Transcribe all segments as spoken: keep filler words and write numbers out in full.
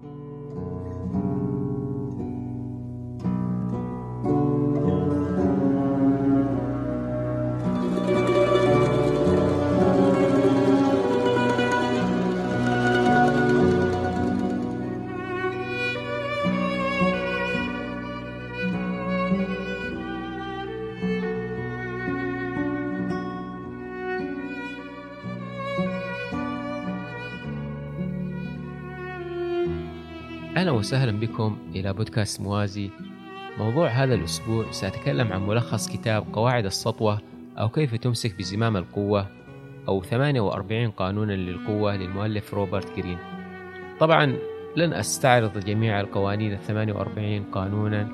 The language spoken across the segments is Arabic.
أهلا وسهلا بكم إلى بودكاست موازي. موضوع هذا الأسبوع سأتكلم عن ملخص كتاب قواعد السطوة أو كيف تمسك بزمام القوة أو ثمانية وأربعين قانونا للقوة للمؤلف روبرت جرين. طبعا لن أستعرض جميع القوانين الثمانية وأربعين قانونا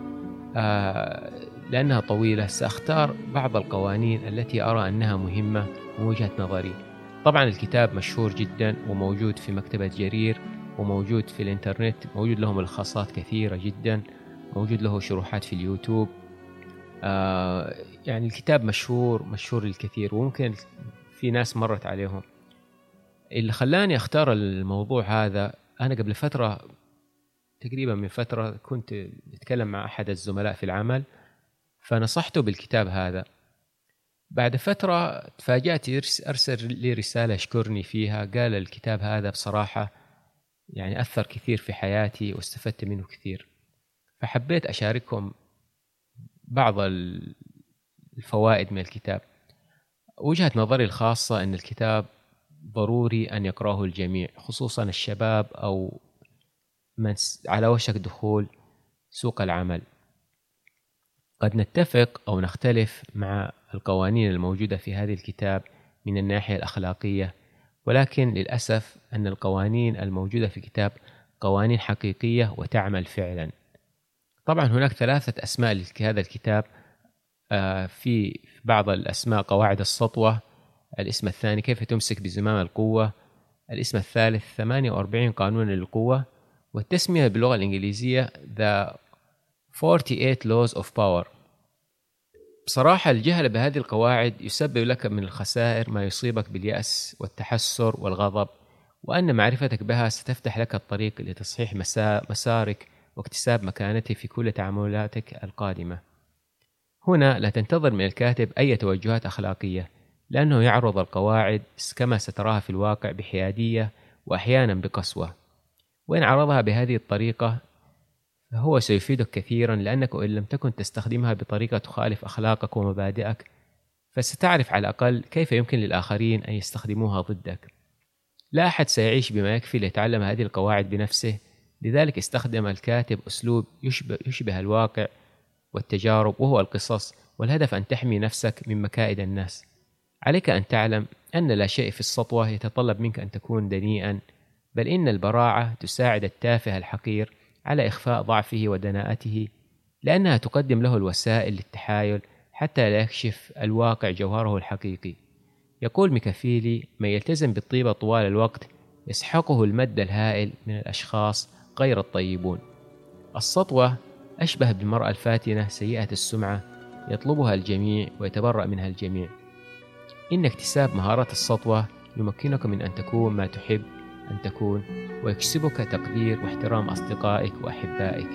آه لأنها طويلة. سأختار بعض القوانين التي أرى أنها مهمة من وجهة نظري. طبعا الكتاب مشهور جدا وموجود في مكتبة جرير وموجود في الانترنت، موجود له ملخصات كثيرة جدا، موجود له شروحات في اليوتيوب. آه يعني الكتاب مشهور مشهور للكثير وممكن في ناس مرت عليهم. اللي خلاني اختار الموضوع هذا، أنا قبل فترة تقريبا من فترة كنت أتكلم مع أحد الزملاء في العمل فنصحته بالكتاب هذا. بعد فترة تفاجأت أرسل لي رسالة يشكرني فيها، قال الكتاب هذا بصراحة يعني أثر كثير في حياتي واستفدت منه كثير، فحبيت أشارككم بعض الفوائد من الكتاب. وجهة نظري الخاصة أن الكتاب ضروري أن يقرأه الجميع، خصوصا الشباب أو من على وشك دخول سوق العمل. قد نتفق أو نختلف مع القوانين الموجودة في هذا الكتاب من الناحية الأخلاقية، ولكن للأسف أن القوانين الموجودة في الكتاب قوانين حقيقية وتعمل فعلا. طبعا هناك ثلاثة أسماء لهذا الكتاب. في بعض الأسماء قواعد السطوة، الاسم الثاني كيف تمسك بزمام القوة، الاسم الثالث ثمانية وأربعين قانون للقوة، والتسمية باللغة الإنجليزية The forty-eight Laws of Power. بصراحة الجهل بهذه القواعد يسبب لك من الخسائر ما يصيبك باليأس والتحسر والغضب، وأن معرفتك بها ستفتح لك الطريق لتصحيح مسارك واكتساب مكانته في كل تعاملاتك القادمة. هنا لا تنتظر من الكاتب أي توجهات أخلاقية، لأنه يعرض القواعد كما ستراها في الواقع بحيادية وأحيانا بقسوة. وإن عرضها بهذه الطريقة فهو سيفيدك كثيرا، لأنك إن لم تكن تستخدمها بطريقة تخالف أخلاقك ومبادئك فستعرف على الأقل كيف يمكن للآخرين أن يستخدموها ضدك. لا أحد سيعيش بما يكفي ليتعلم هذه القواعد بنفسه، لذلك استخدم الكاتب أسلوب يشبه, يشبه الواقع والتجارب، وهو القصص، والهدف أن تحمي نفسك من مكائد الناس. عليك أن تعلم أن لا شيء في السطوة يتطلب منك أن تكون دنيئا، بل إن البراعة تساعد التافه الحقير على إخفاء ضعفه ودناءته، لأنها تقدم له الوسائل للتحايل حتى لا يكشف الواقع جوهره الحقيقي. يقول ميكافيلي: من يلتزم بالطيبة طوال الوقت يسحقه المد الهائل من الأشخاص غير الطيبون. السطوة أشبه بالمرأة الفاتنة سيئة السمعة يطلبها الجميع ويتبرأ منها الجميع. إن اكتساب مهارات السطوة يمكنك من أن تكون ما تحب أن تكون، ويكسبك تقدير واحترام أصدقائك وأحبائك.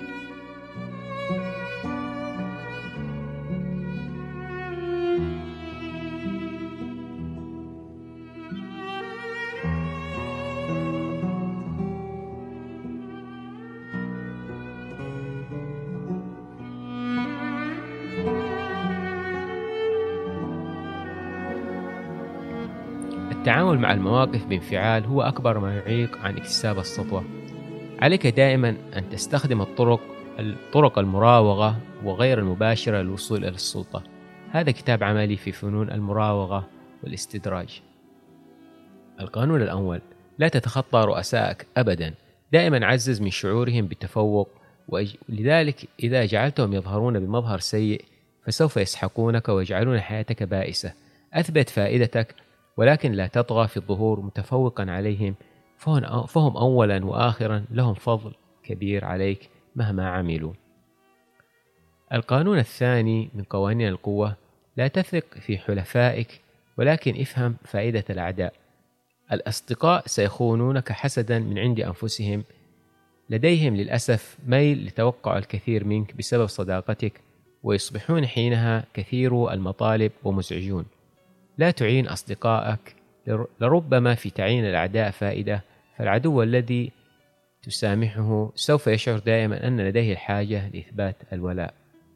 التعامل مع المواقف بانفعال هو أكبر ما يعيق عن اكتساب السطوة. عليك دائما أن تستخدم الطرق الطرق المراوغة وغير المباشرة للوصول إلى السلطة. هذا كتاب عملي في فنون المراوغة والاستدراج. القانون الأول: لا تتخطى رؤسائك أبدا. دائما عزز من شعورهم بالتفوق، ولذلك إذا جعلتهم يظهرون بمظهر سيء فسوف يسحقونك ويجعلون حياتك بائسة. أثبت فائدتك ولكن لا تطغى في الظهور متفوقا عليهم، فهم أولا وآخرا لهم فضل كبير عليك مهما عملوا. القانون الثاني من قوانين القوة: لا تثق في حلفائك ولكن افهم فائدة الأعداء. الأصدقاء سيخونونك حسدا من عند أنفسهم، لديهم للأسف ميل لتوقع الكثير منك بسبب صداقتك، ويصبحون حينها كثيرو المطالب ومزعجون. لا تعين أصدقائك، لربما في تعيين الأعداء فائدة، فالعدو الذي تسامحه سوف يشعر دائما أن لديه الحاجة لإثبات الولاء.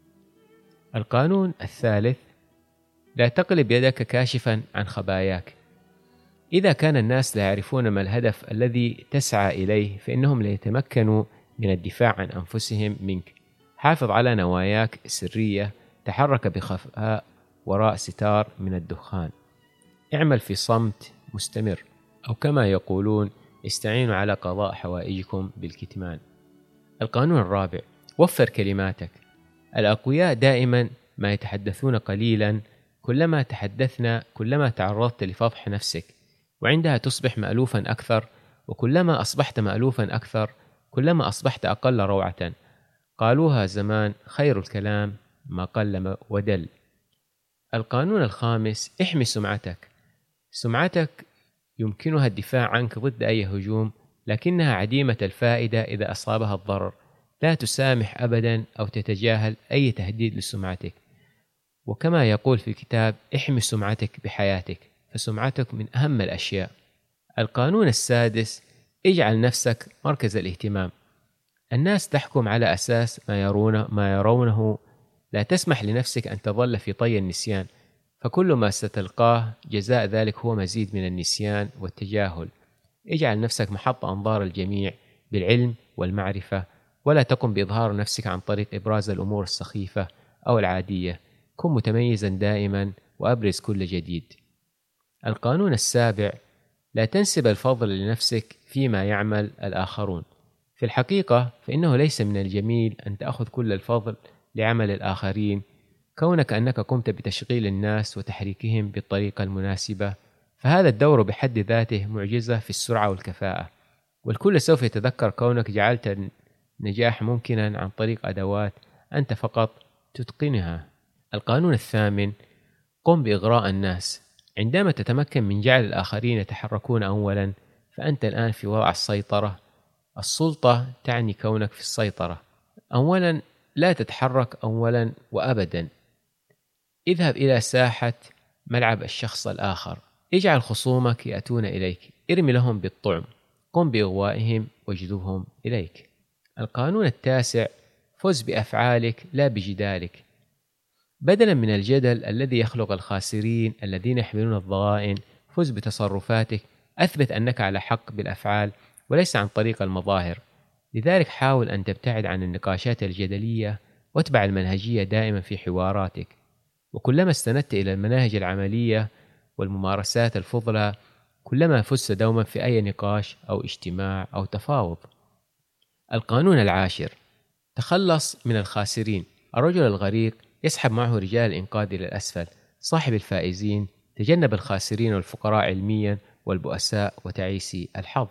القانون الثالث: لا تقلب يدك كاشفا عن خباياك. إذا كان الناس لا يعرفون ما الهدف الذي تسعى إليه فإنهم لا يتمكنوا من الدفاع عن أنفسهم منك. حافظ على نواياك السرية، تحرك بخفاء وراء ستار من الدخان. اعمل في صمت مستمر، أو كما يقولون استعينوا على قضاء حوائجكم بالكتمان. القانون الرابع: وفر كلماتك. الأقوياء دائما ما يتحدثون قليلا، كلما تحدثنا كلما تعرضت لفضح نفسك، وعندها تصبح مألوفا أكثر، وكلما أصبحت مألوفا أكثر كلما أصبحت أقل روعة. قالوها زمان: خير الكلام ما قل ودل. القانون الخامس: احمي سمعتك. سمعتك يمكنها الدفاع عنك ضد أي هجوم، لكنها عديمة الفائدة إذا أصابها الضرر. لا تسامح أبدا أو تتجاهل أي تهديد لسمعتك. وكما يقول في الكتاب: احمي سمعتك بحياتك، فسمعتك من أهم الأشياء. القانون السادس: اجعل نفسك مركز الاهتمام. الناس تحكم على أساس ما يرونه ما يرونه لا تسمح لنفسك أن تظل في طي النسيان، فكل ما ستلقاه جزاء ذلك هو مزيد من النسيان والتجاهل. اجعل نفسك محط أنظار الجميع بالعلم والمعرفة، ولا تقم بإظهار نفسك عن طريق إبراز الأمور السخيفة أو العادية. كن متميزا دائما وأبرز كل جديد. القانون السابع: لا تنسب الفضل لنفسك فيما يعمل الآخرون. في الحقيقة فإنه ليس من الجميل أن تأخذ كل الفضل لعمل الآخرين، كونك أنك قمت بتشغيل الناس وتحريكهم بالطريقة المناسبة، فهذا الدور بحد ذاته معجزة في السرعة والكفاءة، والكل سوف يتذكر كونك جعلت النجاح ممكنا عن طريق أدوات أنت فقط تتقنها. القانون الثامن: قم بإغراء الناس. عندما تتمكن من جعل الآخرين يتحركون أولا، فأنت الآن في وضع السيطرة. السلطة تعني كونك في السيطرة. أولا، لا تتحرك أولا وأبدا. اذهب إلى ساحة ملعب الشخص الآخر، اجعل خصومك يأتون إليك، ارمي لهم بالطعم، قم بإغوائهم واجذبهم إليك. القانون التاسع: فز بأفعالك لا بجدالك. بدلا من الجدل الذي يخلق الخاسرين الذين يحملون الضغائن، فز بتصرفاتك، أثبت أنك على حق بالأفعال وليس عن طريق المظاهر. لذلك حاول أن تبتعد عن النقاشات الجدلية، واتبع المنهجية دائما في حواراتك. وكلما استندت إلى المناهج العملية والممارسات الفضلى، كلما فزت دوما في أي نقاش أو اجتماع أو تفاوض. القانون العاشر: تخلص من الخاسرين. الرجل الغريق يسحب معه رجال الإنقاذ إلى الأسفل. صاحب الفائزين، تجنب الخاسرين والفقراء علميا والبؤساء وتعيسي الحظ.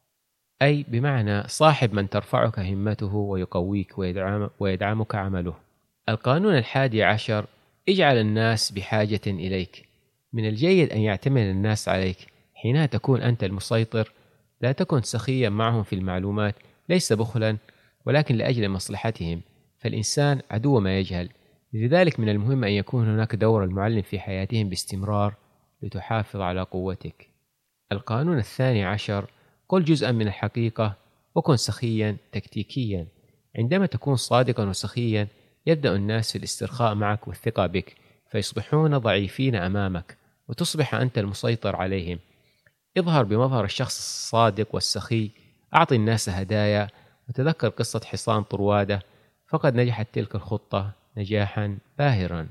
أي بمعنى صاحب من ترفعك همته ويقويك ويدعم ويدعمك عمله. القانون الحادي عشر: اجعل الناس بحاجة إليك. من الجيد أن يعتمد الناس عليك، حينها تكون أنت المسيطر. لا تكن سخيا معهم في المعلومات، ليس بخلا ولكن لأجل مصلحتهم، فالإنسان عدو ما يجهل. لذلك من المهم أن يكون هناك دور المعلم في حياتهم باستمرار لتحافظ على قوتك. القانون الثاني عشر: قل جزءا من الحقيقة وكن سخيا تكتيكيا. عندما تكون صادقا وسخيا، يبدأ الناس في الاسترخاء معك والثقة بك، فيصبحون ضعيفين أمامك وتصبح أنت المسيطر عليهم. اظهر بمظهر الشخص الصادق والسخي، أعطي الناس هدايا، وتذكر قصة حصان طروادة، فقد نجحت تلك الخطة نجاحا باهرا.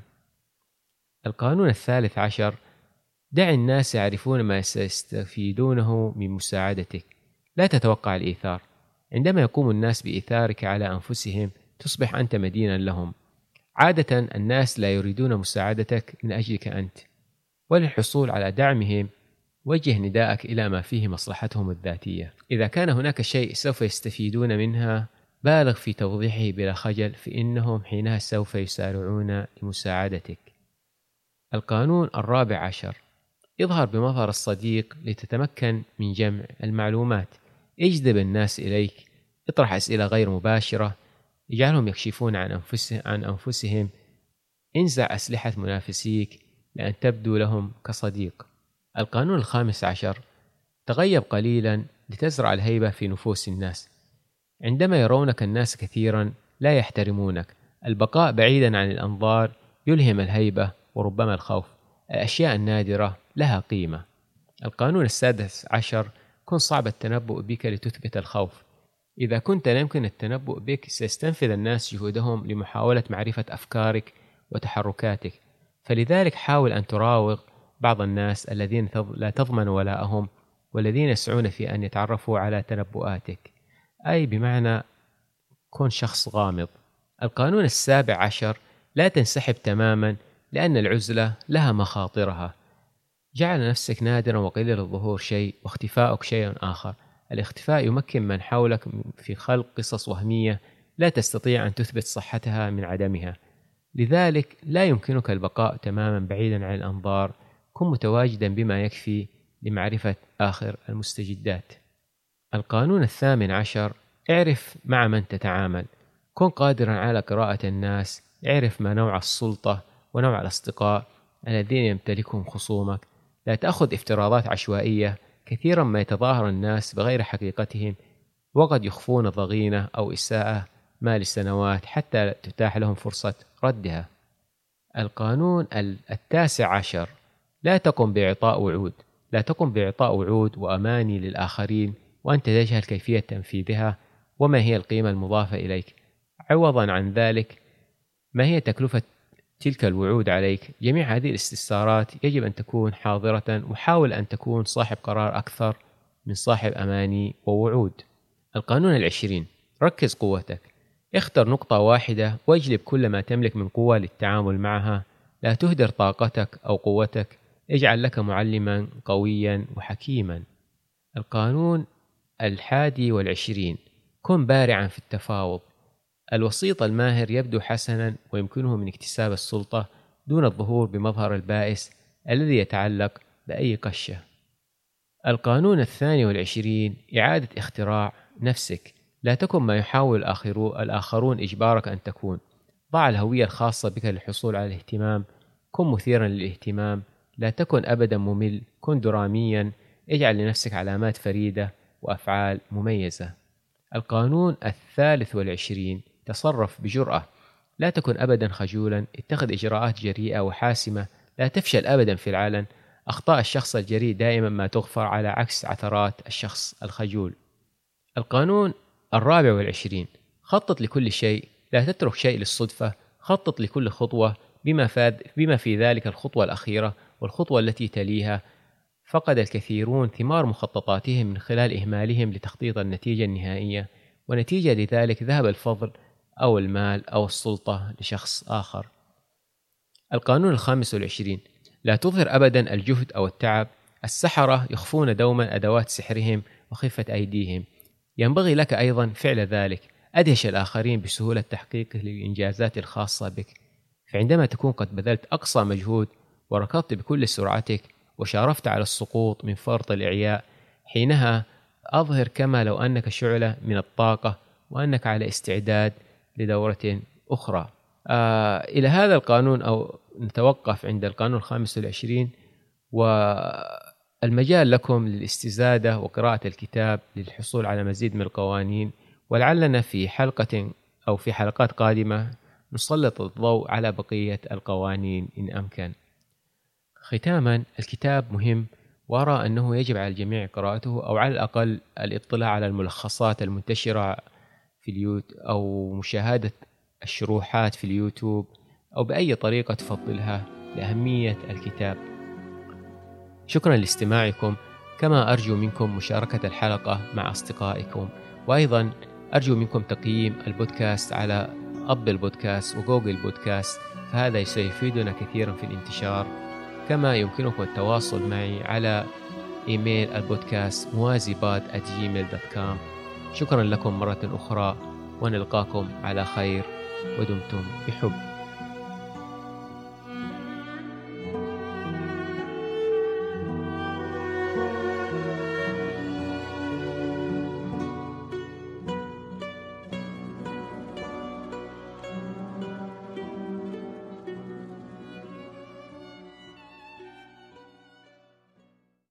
القانون الثالث عشر: دع الناس يعرفون ما سيستفيدونه من مساعدتك. لا تتوقع الإيثار. عندما يقوم الناس بإيثارك على أنفسهم، تصبح أنت مدينا لهم. عادة الناس لا يريدون مساعدتك من أجلك أنت، وللحصول على دعمهم وجه نداءك إلى ما فيه مصلحتهم الذاتية. إذا كان هناك شيء سوف يستفيدون منها، بالغ في توضيحه بلا خجل، فإنهم حينها سوف يسارعون لمساعدتك. القانون الرابع عشر: اظهر بمظهر الصديق لتتمكن من جمع المعلومات. اجذب الناس إليك، اطرح أسئلة غير مباشرة، اجعلهم يكشفون عن أنفسهم, عن أنفسهم. انزع أسلحة منافسيك لأن تبدو لهم كصديق. القانون الخامس عشر: تغيب قليلا لتزرع الهيبة في نفوس الناس. عندما يرونك الناس كثيرا لا يحترمونك. البقاء بعيدا عن الأنظار يلهم الهيبة وربما الخوف. الأشياء النادرة لها قيمة. القانون السادس عشر: كن صعب التنبؤ بك لتثبت الخوف. إذا كنت لا يمكن التنبؤ بك سيستنفذ الناس جهودهم لمحاولة معرفة أفكارك وتحركاتك، فلذلك حاول أن تراوغ بعض الناس الذين لا تضمن ولاءهم والذين يسعون في أن يتعرفوا على تنبؤاتك، أي بمعنى كن شخص غامض. القانون السابع عشر: لا تنسحب تماما لأن العزلة لها مخاطرها. جعل نفسك نادرا وقليل الظهور شيء واختفاؤك شيء آخر. الاختفاء يمكن من حولك في خلق قصص وهمية لا تستطيع أن تثبت صحتها من عدمها، لذلك لا يمكنك البقاء تماما بعيدا عن الأنظار. كن متواجدا بما يكفي لمعرفة آخر المستجدات. القانون الثامن عشر: اعرف مع من تتعامل. كن قادرا على قراءة الناس. اعرف ما نوع السلطة ونوع الأصدقاء الذين يمتلكهم خصومك. لا تأخذ افتراضات عشوائية. كثيرا ما يتظاهر الناس بغير حقيقتهم وقد يخفون ضغينة أو إساءة ما لسنوات حتى تتاح لهم فرصة ردها. القانون التاسع عشر: لا تقم بإعطاء وعود. لا تقم بإعطاء وعود وأماني للآخرين وأنت تجهل كيفية تنفيذها وما هي القيمة المضافة إليك. عوضا عن ذلك، ما هي تكلفة تلك الوعود عليك؟ جميع هذه الاستفسارات يجب أن تكون حاضرة، وحاول أن تكون صاحب قرار أكثر من صاحب أماني ووعود. القانون العشرين: ركز قوتك. اختر نقطة واحدة واجلب كل ما تملك من قوة للتعامل معها. لا تهدر طاقتك أو قوتك. اجعل لك معلما قويا وحكيما. القانون الحادي والعشرين: كن بارعا في التفاوض. الوسيط الماهر يبدو حسنا ويمكنه من اكتساب السلطة دون الظهور بمظهر البائس الذي يتعلق بأي قشة. القانون الثاني والعشرين: إعادة اختراع نفسك. لا تكن ما يحاول الآخرون إجبارك أن تكون. ضع الهوية الخاصة بك للحصول على الاهتمام. كن مثيرا للاهتمام. لا تكن أبدا ممل. كن دراميا. اجعل لنفسك علامات فريدة وأفعال مميزة. القانون الثالث والعشرين: تصرف بجرأة. لا تكن أبدا خجولا. اتخذ إجراءات جريئة وحاسمة. لا تفشل أبدا في العلن. أخطاء الشخص الجريء دائما ما تغفر على عكس عثرات الشخص الخجول. القانون الرابع والعشرين: خطط لكل شيء. لا تترك شيء للصدفة. خطط لكل خطوة بما, فاد بما في ذلك الخطوة الأخيرة والخطوة التي تليها. فقد الكثيرون ثمار مخططاتهم من خلال إهمالهم لتخطيط النتيجة النهائية، ونتيجة لذلك ذهب الفضل أو المال أو السلطة لشخص آخر. القانون الخامس والعشرين: لا تظهر أبدا الجهد أو التعب. السحرة يخفون دوما أدوات سحرهم وخفة أيديهم. ينبغي لك أيضا فعل ذلك. أدهش الآخرين بسهولة تحقيق الإنجازات الخاصة بك. فعندما تكون قد بذلت أقصى مجهود وركضت بكل سرعتك وشارفت على السقوط من فرط الإعياء، حينها أظهر كما لو أنك شعلة من الطاقة وأنك على استعداد لدورة أخرى. آه إلى هذا القانون أو نتوقف عند القانون الخامس والعشرين، والمجال لكم للاستزادة وقراءة الكتاب للحصول على مزيد من القوانين، ولعلنا في حلقة أو في حلقات قادمة نسلط الضوء على بقية القوانين إن أمكن. ختاما، الكتاب مهم، وأرى أنه يجب على الجميع قراءته أو على الأقل الاطلاع على الملخصات المنتشرة في اليوتيوب أو مشاهدة الشروحات في اليوتيوب أو بأي طريقة تفضلها لأهمية الكتاب. شكرا لاستماعكم، كما أرجو منكم مشاركة الحلقة مع أصدقائكم، وأيضا أرجو منكم تقييم البودكاست على أبل بودكاست وجوجل بودكاست، فهذا سيفيدنا كثيرا في الانتشار. كما يمكنكم التواصل معي على إيميل البودكاست موازيباد آت جيميل دوت كوم. شكرا لكم مرة أخرى، ونلقاكم على خير ودمتم بحب.